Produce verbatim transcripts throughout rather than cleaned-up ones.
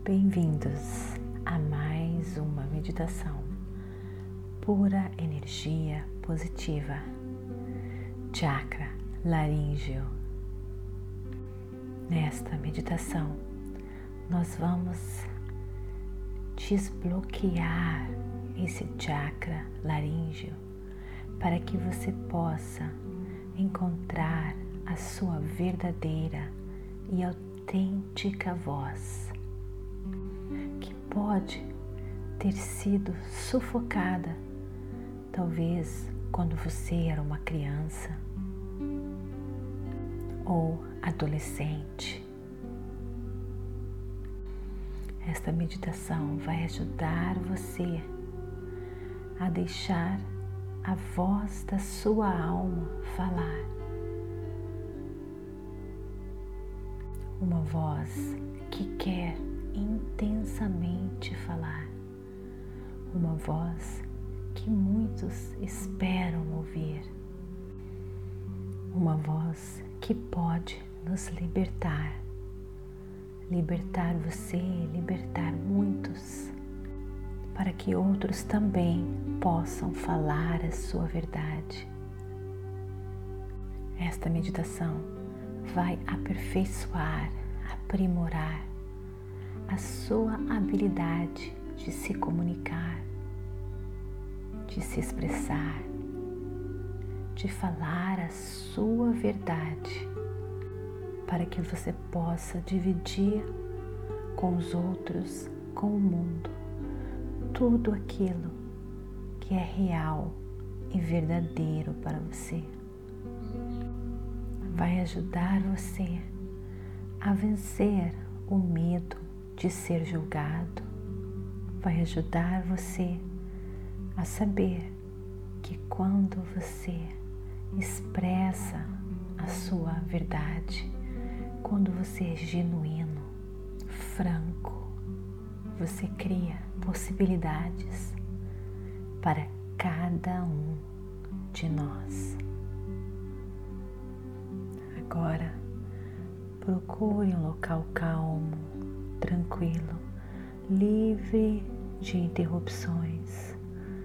Bem-vindos a mais uma meditação pura energia positiva, chakra laríngeo. Nesta meditação, nós vamos desbloquear esse chakra laríngeo para que você possa encontrar a sua verdadeira e autêntica voz, que pode ter sido sufocada, talvez quando você era uma criança ou adolescente. Esta meditação vai ajudar você a deixar a voz da sua alma falar. Uma voz que quer intensamente falar. Uma voz que muitos esperam ouvir. Uma voz que pode nos libertar. Libertar você, libertar muitos, para que outros também possam falar a sua verdade. Esta meditação vai aperfeiçoar, aprimorar a sua habilidade de se comunicar, de se expressar, de falar a sua verdade, para que você possa dividir com os outros, com o mundo, tudo aquilo que é real e verdadeiro para você. Vai ajudar você a vencer o medo de ser julgado. Vai ajudar você a saber que quando você expressa a sua verdade, quando você é genuíno, franco, você cria possibilidades para cada um de nós. Agora, procure um local calmo, tranquilo, livre de interrupções.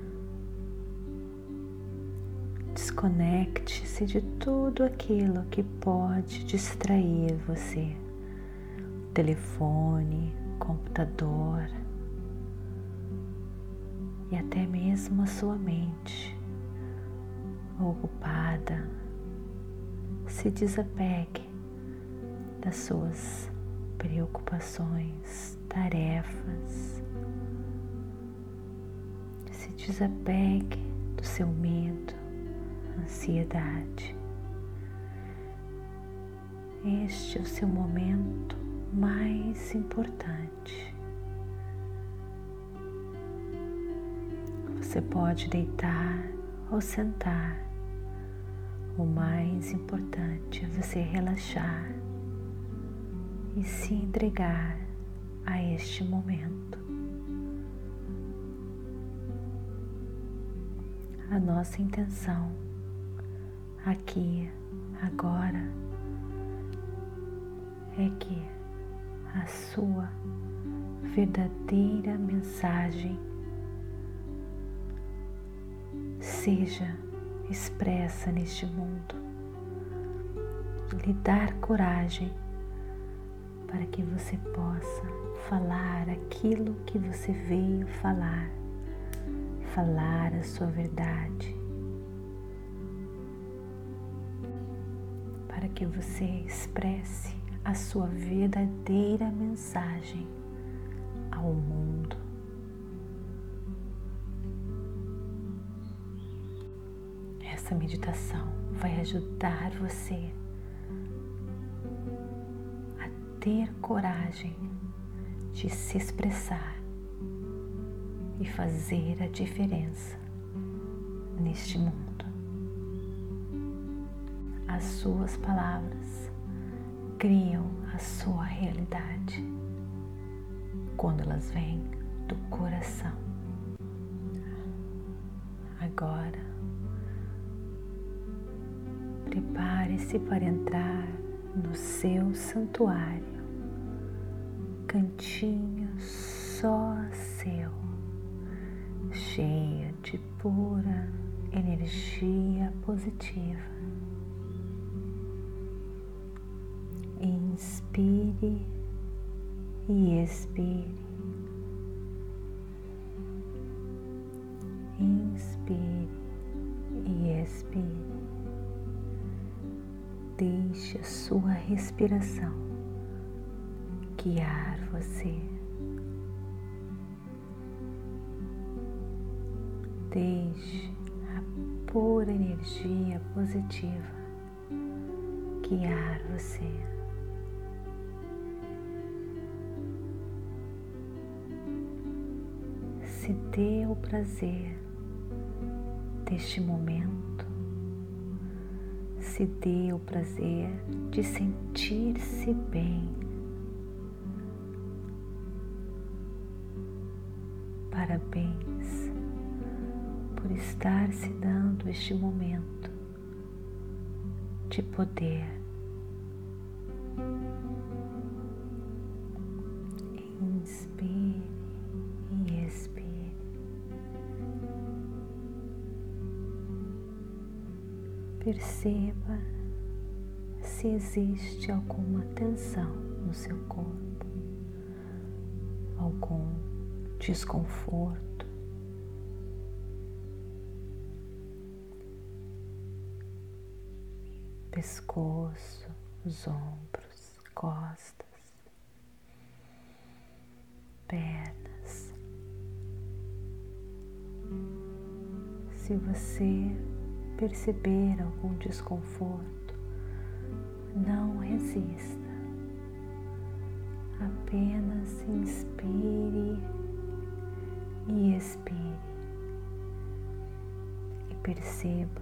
Desconecte-se de tudo aquilo que pode distrair você. Telefone, computador e até mesmo a sua mente ocupada. Se desapegue das suas preocupações, tarefas. Se desapegue do seu medo, ansiedade. Este é o seu momento mais importante. Você pode deitar ou sentar. O mais importante é você relaxar e se entregar a este momento. A nossa intenção aqui, agora, é que a sua verdadeira mensagem seja expressa neste mundo. Lhe dar coragem para que você possa falar aquilo que você veio falar, falar a sua verdade, para que você expresse a sua verdadeira mensagem ao mundo. Essa meditação vai ajudar você a ter coragem de se expressar e fazer a diferença neste mundo. As suas palavras criam a sua realidade quando elas vêm do coração. Agora, prepare-se para entrar no seu santuário, cantinho só seu, cheia de pura energia positiva. Inspire e expire. Inspire e expire. Deixe a sua respiração guiar você. Deixe a pura energia positiva guiar você. Se dê o prazer deste momento, se dê o prazer de sentir-se bem. Parabéns por estar se dando este momento de poder. Inspire e expire. Perceba se existe alguma tensão no seu corpo, algum desconforto. Pescoço, os ombros, costas, pernas. Se você perceber algum desconforto, não resista. Apenas inspire e expire e perceba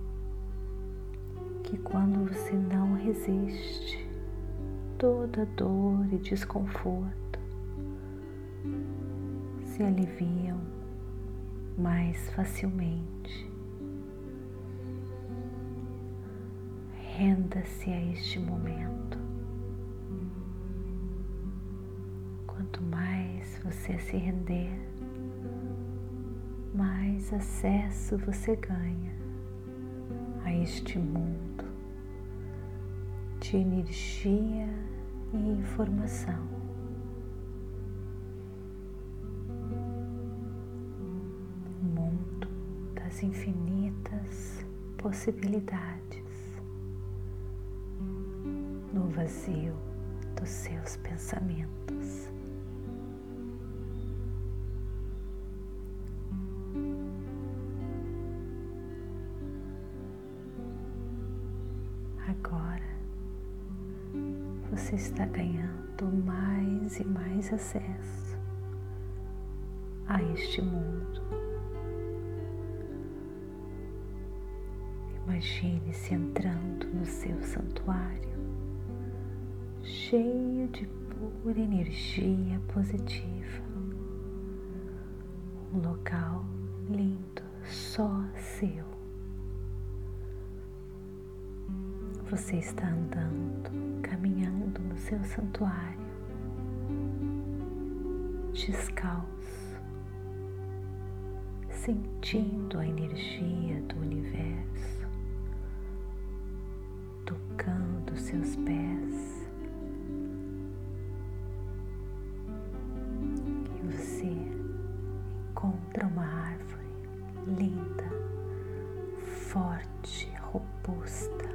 que quando você não resiste, toda dor e desconforto se aliviam mais facilmente. Renda-se a este momento. Quanto mais você se render, mais acesso você ganha a este mundo de energia e informação. O mundo das infinitas possibilidades no vazio dos seus pensamentos. Agora você está ganhando mais e mais acesso a este mundo. Imagine-se entrando no seu santuário, cheio de pura energia positiva. Um local lindo, só seu. Você está andando, caminhando no seu santuário, descalço, sentindo a energia do universo, tocando seus pés. E você encontra uma árvore linda, forte, robusta,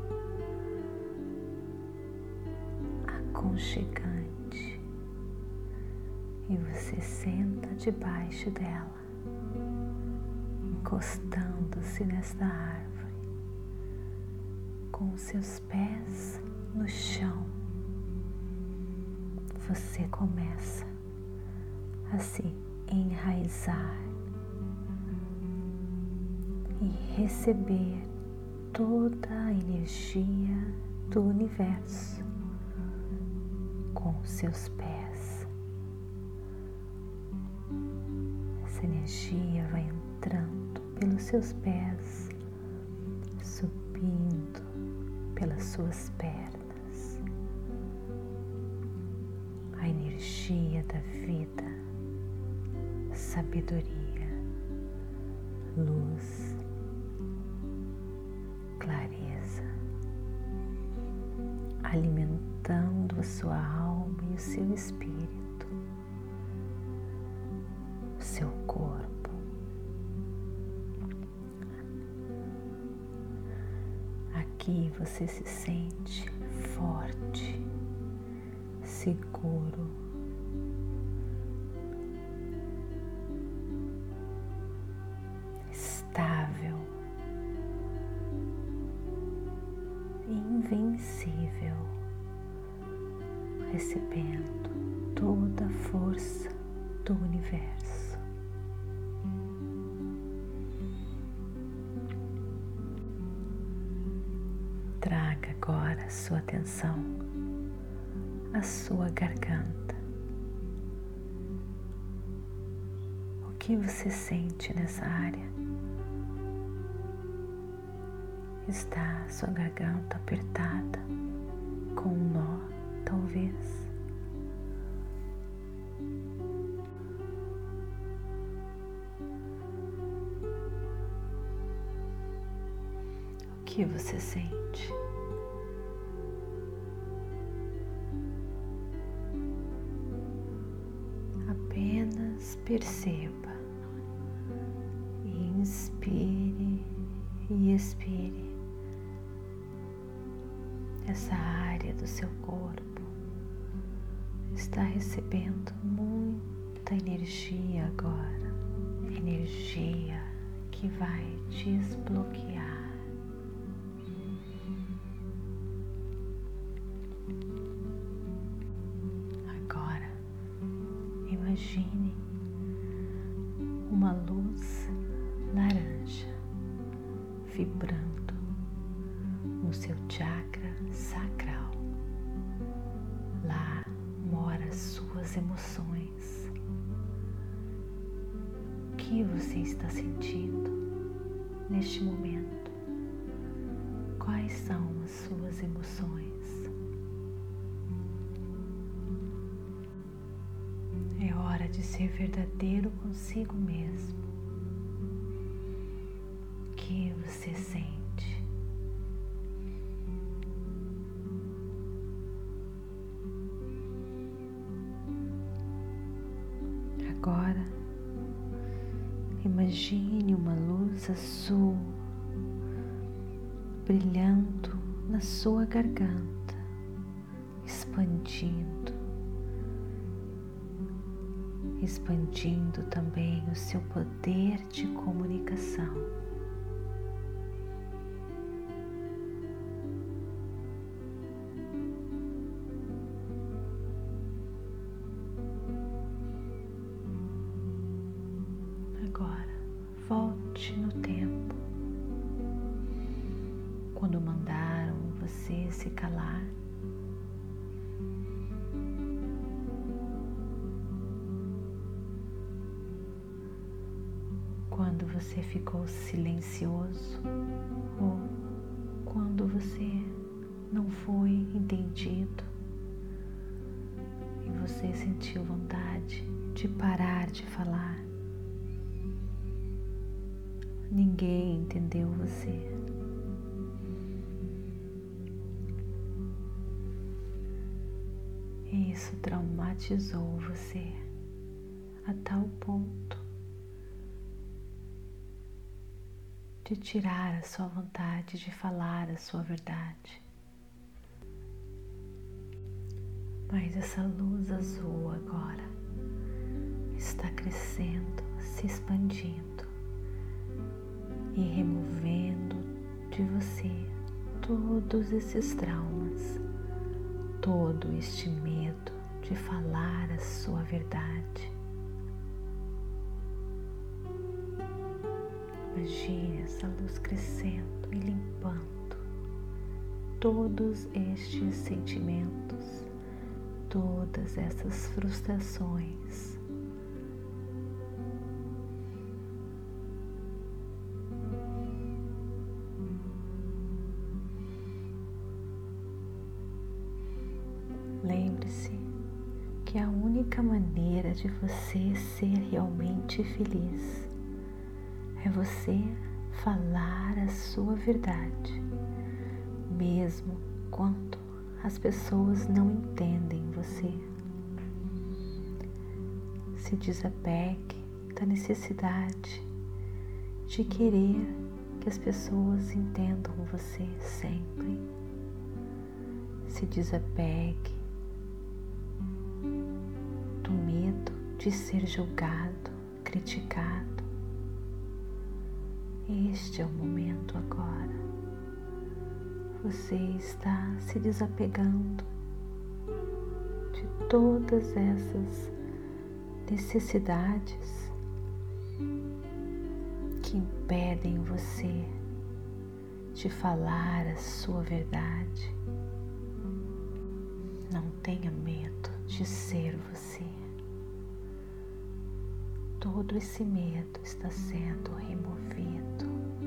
aconchegante, e você senta debaixo dela, encostando-se nesta árvore, com seus pés no chão. Você começa a se enraizar e receber toda a energia do universo com seus pés. Essa energia vai entrando pelos seus pés, subindo pelas suas pernas. A energia energia da vida, sabedoria, luz, clareza, alimentando a sua alma e o seu espírito, o seu corpo. Aqui você se sente forte, seguro, estável, invencível, recebendo toda a força do universo. Traga agora a sua atenção à sua garganta. O que você sente nessa área? Está a sua garganta apertada, com um nó, talvez? O que você sente? Apenas perceba, inspire e expire. Essa área do seu corpo está recebendo muita energia agora, energia que vai desbloquear. Agora, imagine uma luz laranja vibrando no seu chakra sacral. Lá mora as suas emoções. O que você está sentindo neste momento? Quais são as suas emoções? É hora de ser verdadeiro consigo mesmo. O que você sente? Agora, imagine uma luz azul brilhando na sua garganta, expandindo, expandindo também o seu poder de comunicação. Agora, volte no tempo, quando mandaram você se calar. Quando você ficou silencioso ou quando você não foi entendido e você sentiu vontade de parar de falar. Ninguém entendeu você. E isso traumatizou você a tal ponto de tirar a sua vontade de falar a sua verdade. Mas essa luz azul agora está crescendo, se expandindo e removendo de você todos esses traumas, todo este medo de falar a sua verdade. Imagine essa luz crescendo e limpando todos estes sentimentos, todas essas frustrações. Lembre-se que a única maneira de você ser realmente feliz é você falar a sua verdade, mesmo quando as pessoas não entendem você. Se desapegue da necessidade de querer que as pessoas entendam você sempre. Se desapegue do medo de ser julgado, criticado. Este é o momento agora. Você está se desapegando de todas essas necessidades que impedem você de falar a sua verdade. Não tenha medo de ser você. Todo esse medo está sendo removido,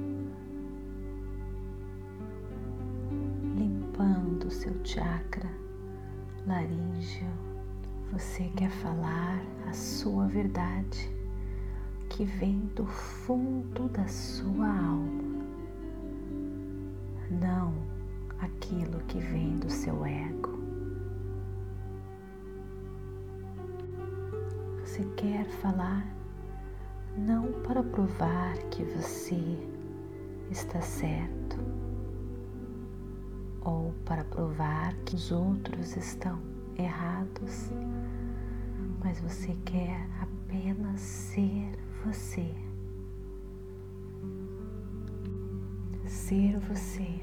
limpando seu chakra laríngeo. Você quer falar a sua verdade, que vem do fundo da sua alma, não aquilo que vem do seu ego. Você quer falar não para provar que você está certo ou para provar que os outros estão errados, mas você quer apenas ser você. Ser você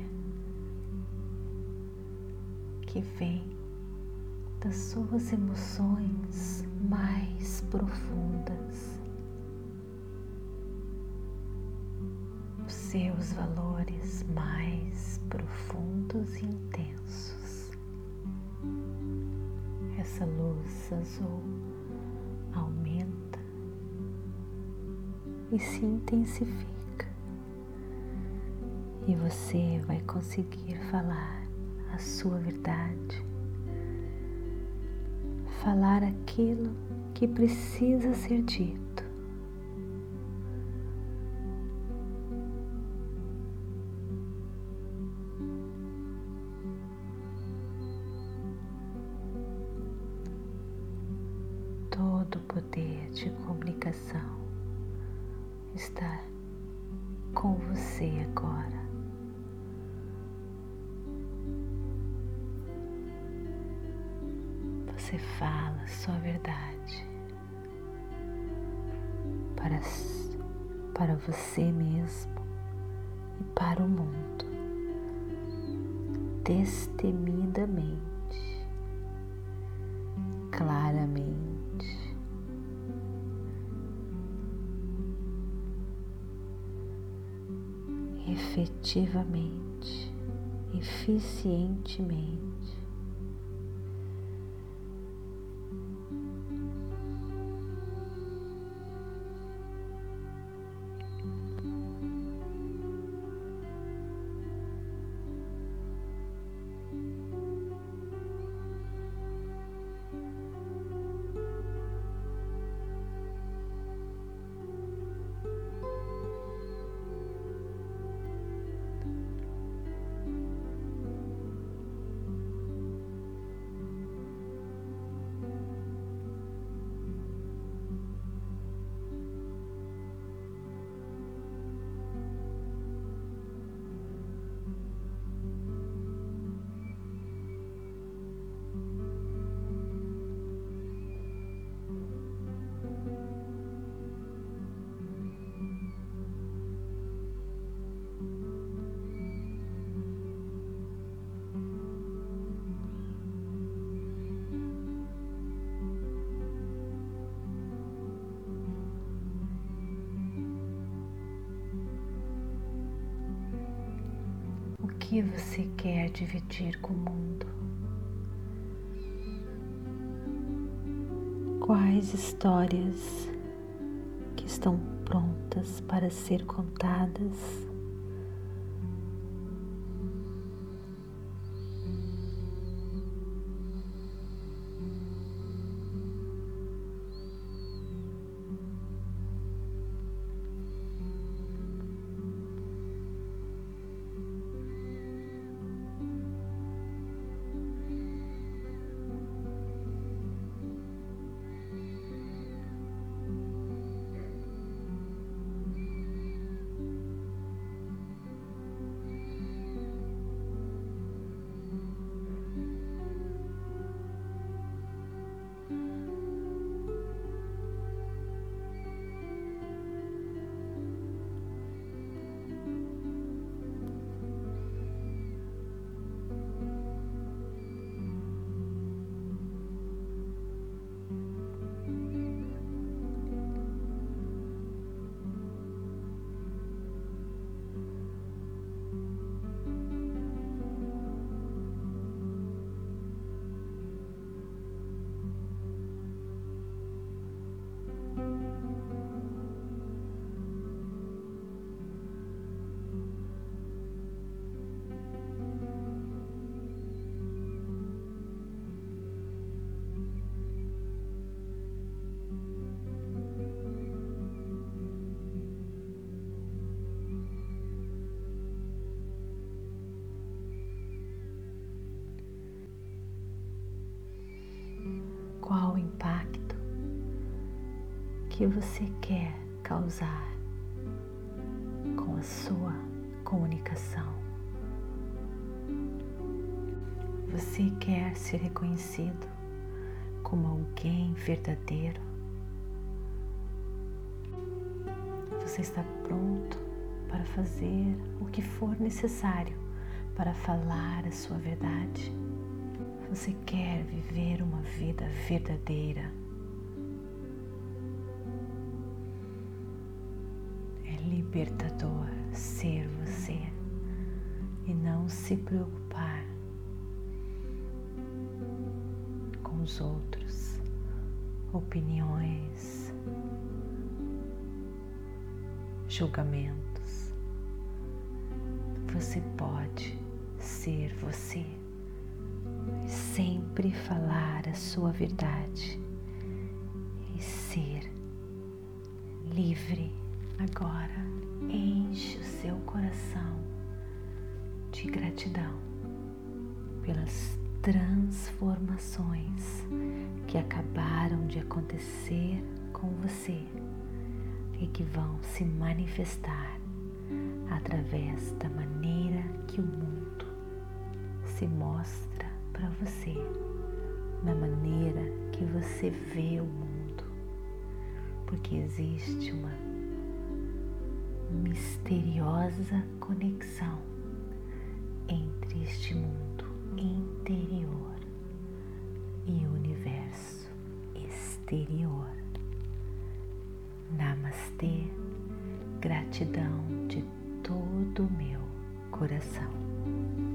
que vem das suas emoções mais profundas, os seus valores mais profundos e intensos. Essa luz azul aumenta e se intensifica, e você vai conseguir falar a sua verdade, falar aquilo que precisa ser dito. Todo o poder de comunicação está com você agora. Você fala a sua verdade para, para você mesmo e para o mundo, destemidamente, claramente, efetivamente, eficientemente. O que você quer dividir com o mundo? Quais histórias que estão prontas para ser contadas? que você quer causar com a sua comunicação. Você quer ser reconhecido como alguém verdadeiro? Você está pronto para fazer o que for necessário para falar a sua verdade? Você quer viver uma vida verdadeira? É libertador ser você e não se preocupar com os outros, opiniões, julgamentos. Você pode ser você, sempre falar a sua verdade e ser livre. Agora enche o seu coração de gratidão pelas transformações que acabaram de acontecer com você e que vão se manifestar através da maneira que o mundo se mostra para você, na maneira que você vê o mundo, porque existe uma misteriosa conexão entre este mundo interior e o universo exterior. Namastê, gratidão de todo o meu coração.